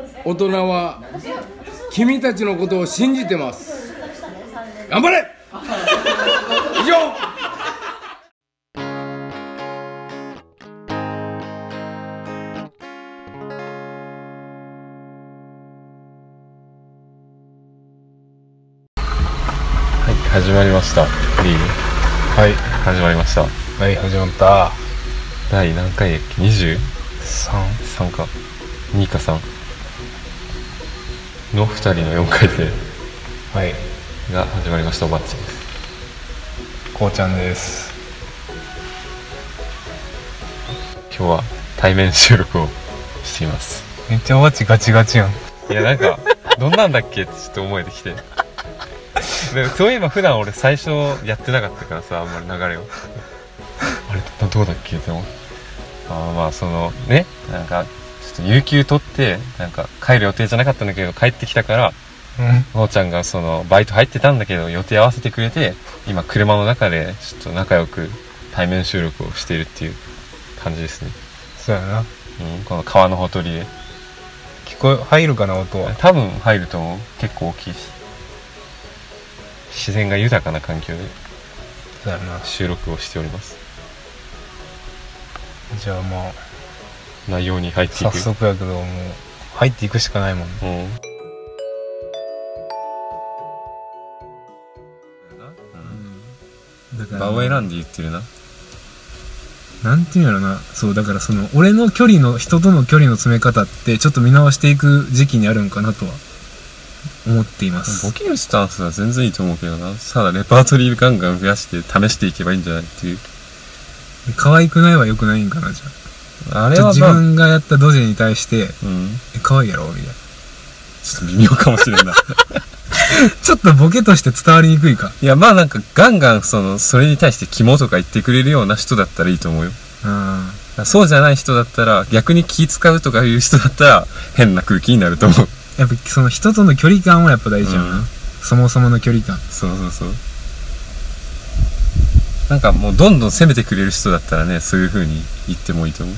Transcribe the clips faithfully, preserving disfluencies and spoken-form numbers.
大人は君たちのことを信じてます。頑張れ。以上。 はい、始まりました。いい？ はい、 始まりました。 はい、始まった。 第何回だっけ？にじゅうさん、 さんかにかさんのふたりのよんかいせいはいが始まりました。おばっちです。 こうちゃんです。 今日は対面収録をしています。 めっちゃおばっちガチガチやん。 いや、なんかどんなんだっけってちょっと思えてきてでそういえば普段俺最初やってなかったからさ、あんまり流れをあれどうだっけって思って、あまあそのね、なんかちょっと有給取ってなんか帰る予定じゃなかったんだけど帰ってきたから、こうちゃんがそのバイト入ってたんだけど予定合わせてくれて、今車の中でちょっと仲良く対面収録をしているっていう感じですね。 そうやな、うん、 この川のほとりで聞こえ入るかな、音は。 多分入ると思う。結構大きいし自然が豊かな環境でそうやな収録をしております。 じゃあまあ内容に入っていく。 早速やけどもう入っていくしかないもんね。 うん、だから場を選んで言ってるな。 なんていうんやろな。そうだからその俺の距離の人との距離の詰め方ってちょっと見直していく時期にあるんかなとは思っています。 ボケるスタンスは全然いいと思うけどな。ただレパートリーガンガン増やして試していけばいいんじゃないっていう。 可愛くないは良くないんかな。じゃああれは、まあ、 自分がやったドジに対して、 うん、 え可愛いやろみたいな。 ちょっと微妙かもしれんなちょっとボケとして伝わりにくいか。 いやまあなんかガンガンそのそれに対してキモとか言ってくれるような人だったらいいと思うよ。うん、そうじゃない人だったら、逆に気使うとかいう人だったら変な空気になると思う。 やっぱその人との距離感はやっぱ大事やな、うん、そもそもの距離感。そうそうそう。なんかもうどんどん攻めてくれる人だったらね、そういう風に言ってもいいと思う。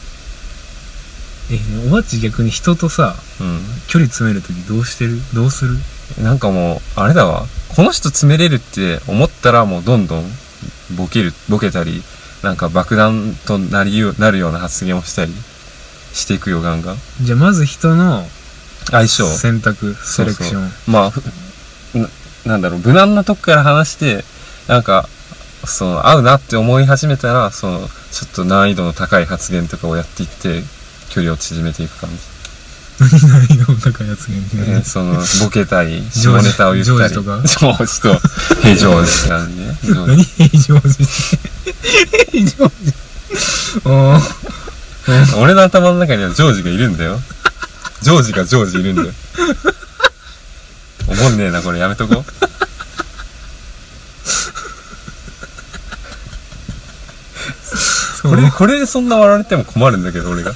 え、おばっち逆に人とさ、うん、距離詰めるときどうしてる？どうする？ なんかもうあれだわ、この人詰めれるって思ったらもうどんどんボケるボケたり、なんか爆弾となりなるような発言をしたりしていくよ、ガンガン。 じゃあまず人の相性、 選択、セレクション。 そうそう、まあ な, なんだろう無難なとこから話して、なんかその合うなって思い始めたら、そのちょっと難易度の高い発言とかをやっていって距離を縮めていく感じ。 難易度の高い発言ってね、 えー、そのボケたり下ネタを言ったり、 ジョージとかジョージと平常時って感じね。 何平常時って平常時俺の頭の中にはジョージがいるんだよ。ジョージがジョージいるんだよ。おもんねえなこれ、やめとこう。これこれでそんな笑われても困るんだけど俺が。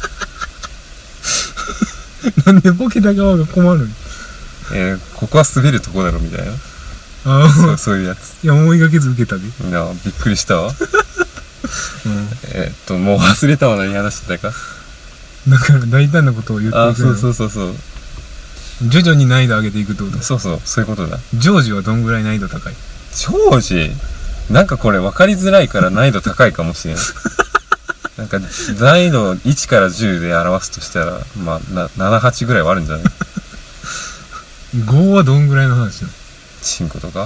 なんでボケた側が困るの？ えー、ここは滑るとこだろみたいな。 ああ、 そう、そういうやつ。 いや思いがけず受けたで。 いやびっくりしたわ。うん、えー、っともう忘れたわ、何話してたか。 だから大胆なことを言っていくの。 あ、そうそうそうそう。 徐々に難易度上げていくってこと。 そうそう、そういうことだ。 ジョージはどんぐらい難易度高い？ ジョージなんかこれ分かりづらいから難易度高いかもしれない。なんか難易度いちからじゅうで表すとしたら、まあななな、はちぐらいはあるんじゃない？ ごはどんぐらいの話なの？ チンコとか？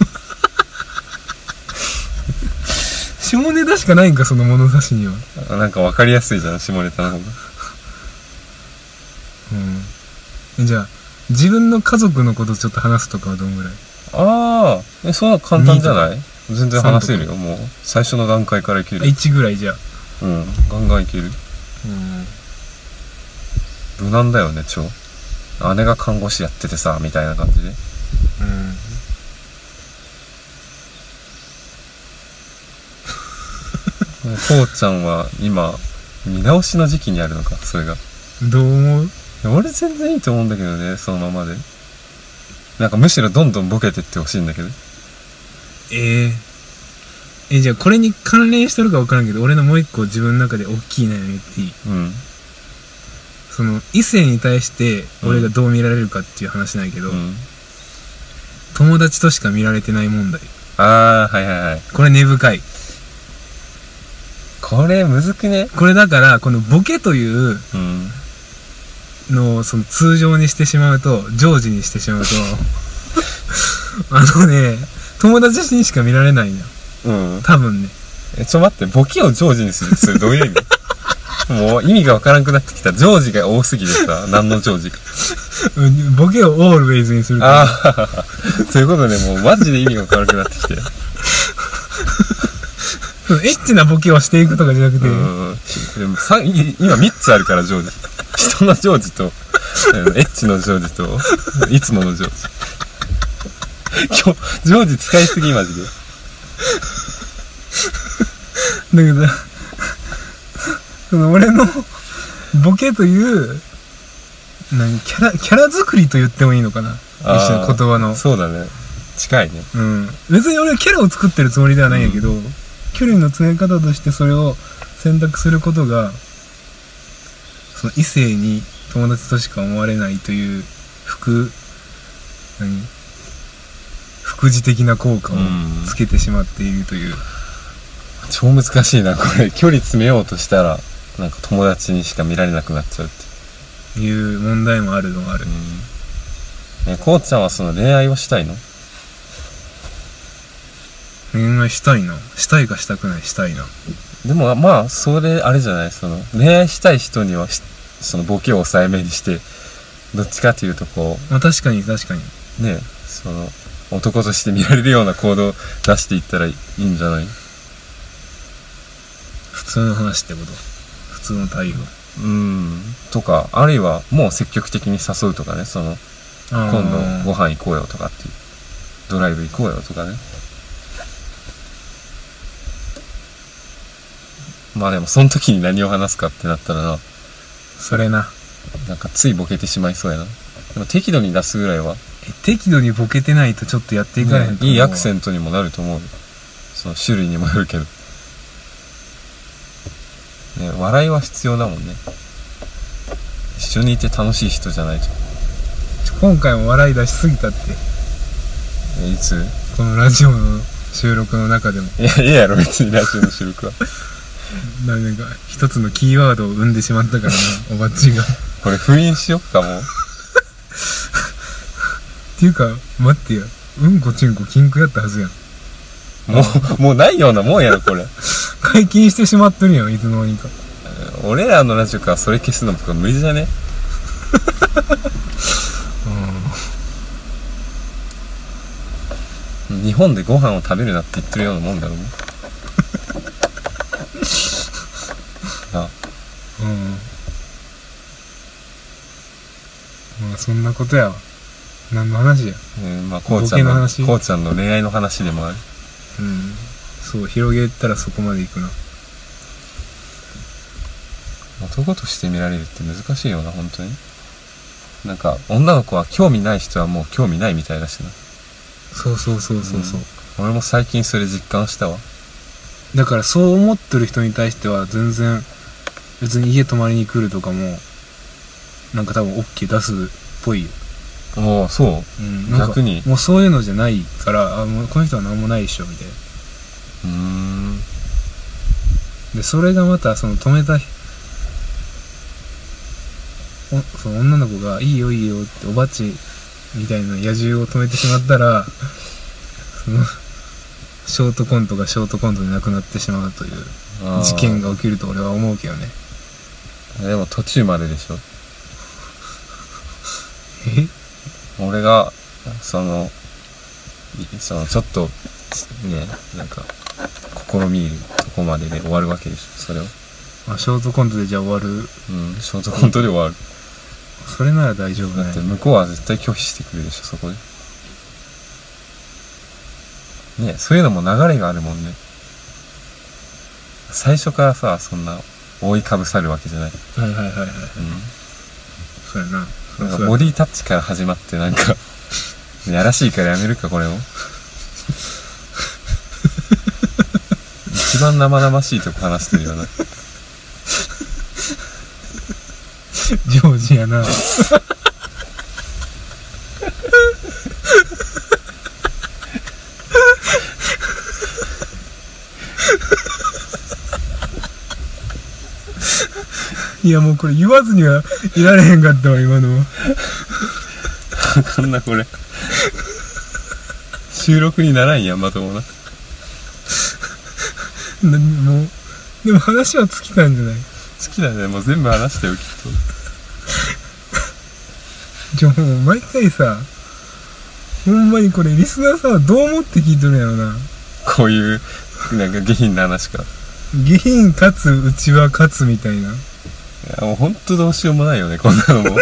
下ネタしかないんか、その物差しには。 なんか分かりやすいじゃん、下ネタの方が。 うん。じゃあ自分の家族のことちょっと話すとかはどんぐらい？ ああ、え、そんな簡単じゃない？全然話せるよ。もう最初の段階からいける。 いちぐらいじゃあ。 うん、ガンガンいける。うん。無難だよね、超。姉が看護師やっててさみたいな感じで。うん。こうちゃんは今見直しの時期にあるのか、それが。 どう思う？ 俺全然いいと思うんだけどね、そのままで。なんかむしろどんどんボケてってほしいんだけど。 えー、えじゃあこれに関連してるか分からんけど、俺のもう一個自分の中で大きい悩みっていい？うん。 その異性に対して俺がどう見られるかっていう話なんやけど、 うん、 友達としか見られてない問題。 ああはいはいはい。 これ根深い。 これむずくね。 これだからこのボケといううんのをその通常にしてしまうと、常時にしてしまうとあのね、友達にしか見られないんだよ。 うん多分ね。 え、ちょ待って、ボケを常時にするってそれどういう意味もう意味がわからなくなってきた。常時が多すぎてさ、何の常時か。 ボケをオールウェイズにするああ、そういうことね、もうマジで意味がわからなくなってきて。 エッチなボケをしていくとかじゃなくて、 うん。でもさ今みっつあるから常時。人の常時と、エッチの常時と、いつもの常時。今日、常時使いすぎマジで。 だけどその俺のボケという何キャラキャラ作りと言ってもいいのかな、一緒に言葉の。 そうだね、近いね。 うん別に俺はキャラを作ってるつもりではないんやけど、うん、距離の詰め方としてそれを選択することがその異性に友達としか思われないという副何副次的な効果をつけてしまっているという、うん、 超難しいなこれ。距離詰めようとしたらなんか友達にしか見られなくなっちゃうっていう問題もあるのがある。 うん、え、こうちゃんはその恋愛をしたいの？ 恋愛したいな。したいかしたくない、したいな。 でもまあそれあれじゃない、その恋愛したい人にはそのボケを抑えめにしてどっちかというとこう、 まあ確かに確かにね、その男として見られるような行動を出していったらいいんじゃない？ 普通の話ってこと？普通の対応。 うん。とか、あるいはもう積極的に誘うとかね、その今度ご飯行こうよとかっていう、ドライブ行こうよとかね。まあでもその時に何を話すかってなったらな、 それな、 なんかついボケてしまいそうやな。でも適度に出すぐらいは。 え適度にボケてないとちょっとやっていかれへんか、 ね、いいアクセントにもなると思うよ。その種類にもよるけどね、笑いは必要だもんね。一緒にいて楽しい人じゃないと。 今回も笑い出しすぎたって。 え、いつ？ このラジオの収録の中でも。 いや、いいやろ別にラジオの収録はなんか一つのキーワードを生んでしまったからなおばっちがこれ封印しよっかもうっていうか待ってよ、うんこちんこ禁句やったはずやん。 もうもうないようなもんやろこれ解禁してしまってるやん、いつの間にか。 俺らのラジオからそれ消すのとか無理じゃねうん、日本でご飯を食べるなって言ってるようなもんだろうあ、 うんまあそんなことやわ。何の話や。 うん、まあこうちゃんのこうちゃんの恋愛の話でもある。 うん、そう広げたらそこまでいくな。 男として見られるって難しいよな本当に。なんか女の子は興味ない人はもう興味ないみたいだしな。 そうそうそうそうそう、 うん、俺も最近それ実感したわ。 だからそう思ってる人に対しては全然別に家泊まりに来るとかもなんか多分 OK 出すっぽいよ。 ああそう、うん、なんか逆にもうそういうのじゃないから、あもうこの人は何もないでしょみたいな。 うーんでそれがまたその止めたおその女の子がいいよいいよっておばちみたいな野獣を止めてしまったらそのショートコントがショートコントでなくなってしまうという事件が起きると俺は思うけどね。 でも途中まででしょ。 え俺がそのそのちょっとねなんか試みるとこまでで終わるわけでしょそれを。 あショートコントでじゃあ終わる。 うんショートコントで終わる。 それなら大丈夫ね。 だって向こうは絶対拒否してくるでしょそこで。ねそういうのも流れがあるもんね。最初からさそんな覆いかぶさるわけじゃない。 はいはいはいはい。うん。そうやな。 なんかボディタッチから始まってなんかやらしいからやめるかこれも一番生々しいとこ話してるよなジョージやな。いやもうこれ言わずにはいられへんかったわ今のは。 あかんなこれ。収録にならんやんまともな。 なもうでも話は尽きたんじゃない？ 好きだね。もう全部話したよきっと。 じゃあもう毎回さ、ほんまにこれリスナーさんはどう思って聞いとるんやろな。 こういうなんか下品な話か。 下品かつうちは勝つみたいな。 いやもうほんとどうしようもないよねこんなのも。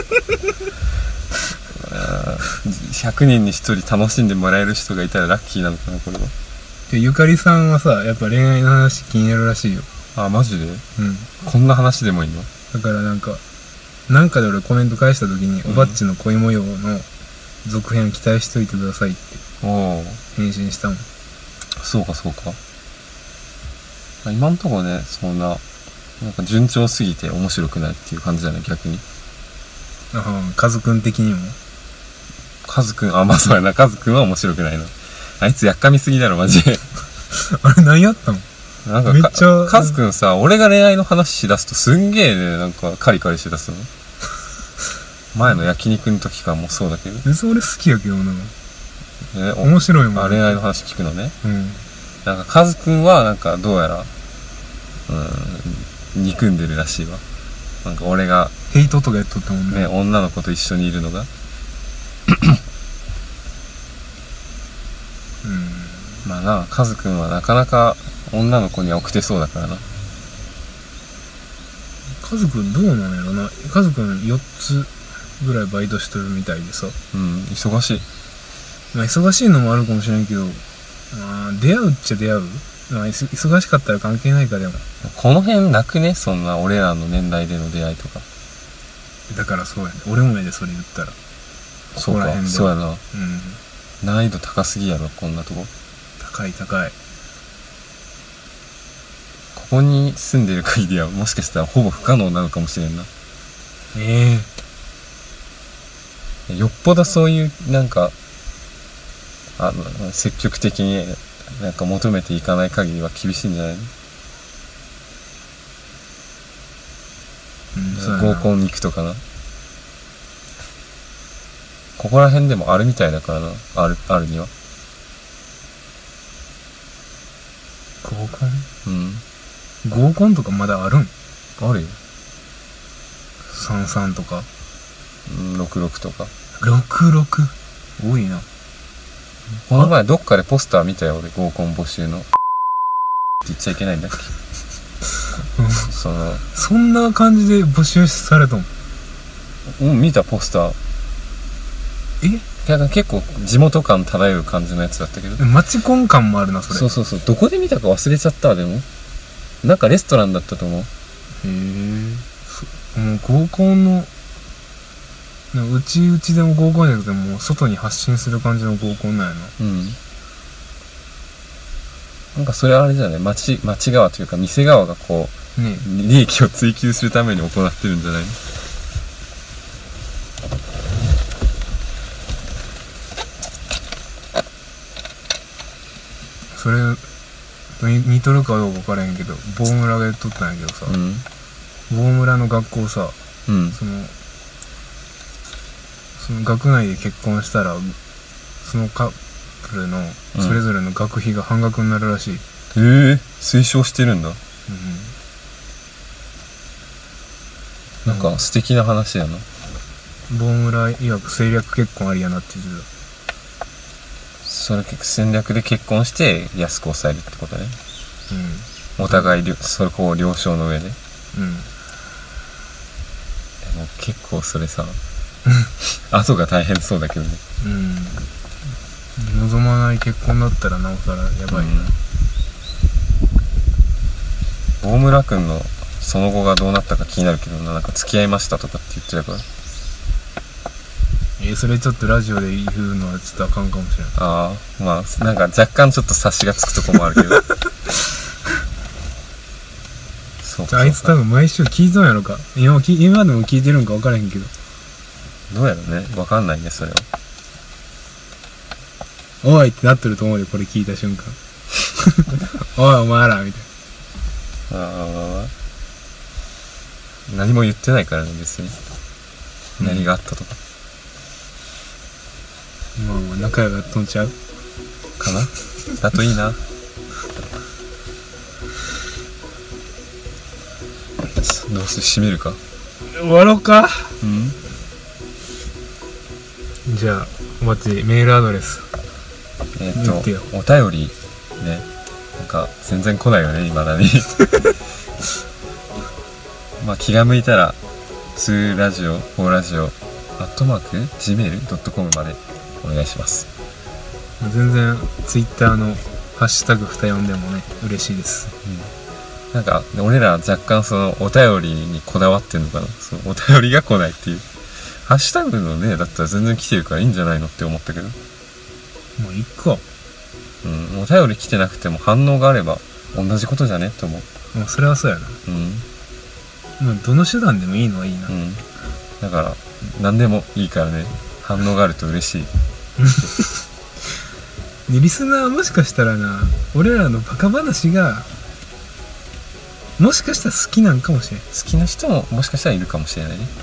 ひゃくにんにひとり楽しんでもらえる人がいたらラッキーなのかなこれは。 でゆかりさんはさやっぱ恋愛の話気になるらしいよ。 あマジで？ うん。 こんな話でもいいの？ だからなんかなんかで俺コメント返した時に、うん、おばっちの恋模様の続編期待しといてくださいって返信したもん。 そうかそうか。今んとこねそんななんか順調すぎて面白くないっていう感じじゃない逆に。 ああカズくん的にも。 カズくんあまあそうやなカズくんは面白くないな。あいつやっかみすぎだろマジで。 あれ何やったの？ なんかめっちゃカズくんさ俺が恋愛の話しだすとすんげえねなんかカリカリしだすの。前の焼肉の時からもそうだけど。 別に俺好きやけどな。 え面白いもん。 あ恋愛の話聞くのね。 うん。 なんかカズくんはなんかどうやらうん憎んでるらしいわ。なんか俺がヘイトとかやっとったもんね。 ね女の子と一緒にいるのが。うん。まあなカズくんはなかなか女の子には奥手そうだからな。 カズくんどうなんやろな。カズくんよっつぐらいバイトしてるみたいでさ。 うん忙しい。 まあ忙しいのもあるかもしれんけど、まあ出会うっちゃ出会う。まあ忙しかったら関係ないかでも。 この辺なくねそんな俺らの年代での出会いとか。 だからそうやね。俺もやでそれ言ったら。 そうかそうやな。うん。難易度高すぎやろこんなとこ。 高い高い。 ここに住んでる限りはもしかしたらほぼ不可能なのかもしれんな。 ええー、よっぽどそういうなんかあの積極的になんか求めていかない限りは厳しいんじゃないの？うん、合コンに行くとかな。ここら辺でもあるみたいだからな。あるあるには合コン？ うん合コンとかまだあるん？ あるよ。 さんさんとか、 うん、ろくろくとか。 ろくろく？多いな。 この前どっかでポスター見たよ俺合コン募集の。って言っちゃいけないんだっけ？そのそんな感じで募集されたの？ うん見たポスター。え？なんか結構地元感漂う感じのやつだったけど。 マチコン感もあるなそれ。 そうそうそう。どこで見たか忘れちゃったわでも。なんかレストランだったと思う。へえ。もう合コンのうちうちでも合コンじゃなくてもう外に発信する感じの合コンなんやな。 うん。なんかそれはあれじゃない町町側というか店側がこう、ね、利益を追求するために行ってるんじゃないの？ それ似とるかどうか分からへんけど棒村が言っとったんやけどさ、うん、棒村の学校さ、うん、そのその学内で結婚したらそのカップルのそれぞれの学費が半額になるらしい。 うん、えー、推奨してるんだ。うん、なんか素敵な話やな。 棒村曰く政略結婚ありやなって言ってた。 それ戦略で結婚して安く抑えるってことね。うん、お互いそれこう了承の上で。うん。でも結構それさ後が大変そうだけどね。 うん。望まない結婚だったらなおさらやばいな。 うん、大村くんのその後がどうなったか気になるけどな。なんか付き合いましたとかって言ってたから。 えー、それちょっとラジオで言うのはちょっとあかんかもしれない。 ああ、まあなんか若干ちょっと察しがつくとこもあるけどそうか。 あいつ多分毎週聞いとんやろか。今もき今でも聞いてるんか分からへんけど。 どうやろね、わかんないねそれは。 おいってなってると思うで、これ聞いた瞬間。おいお前らみたいああ、何も言ってないからね別に、 うん、 何があったとか。 まあまあ仲良くやっとんちゃうかな。だといいな。どうする、閉めるか。 終わろうか。 うんじゃあお待ち、メールアドレスえっ、 言ってよ。 とお便りね、なんか全然来ないよね今だに。まあ気が向いたらツーラジオフォーラジオアットマーク ジーメールドットコム までお願いします。 全然ツイッターのハッシュタグふたよんでもね嬉しいです。 うん、なんか俺ら若干そのお便りにこだわってんのかな。そのお便りが来ないっていう。ハッシュタグのねだったら全然来てるからいいんじゃないのって思ったけど、 もういっか。 うん、お便り来てなくても反応があれば同じことじゃねって思う。 もうそれはそうやな。 うん、 まあどの手段でもいいのはいいな。 うん、だから何でもいいからね、反応があると嬉しい。 でリスナーはもしかしたらな、俺らのバカ話がもしかしたら好きなんかもしれん。 好きな人ももしかしたらいるかもしれないね。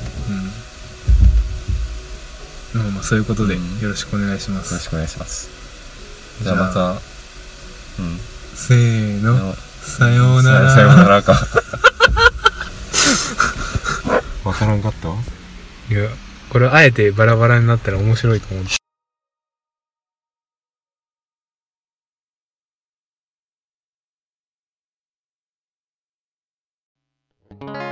うん。まあまあそういうことで、 うん、 よろしくお願いします。 よろしくお願いします。じゃあまた、うん、 せーの、さようなら。 さようならか。わからんかったわ。 いや、これあえてバラバラになったら面白いと思う。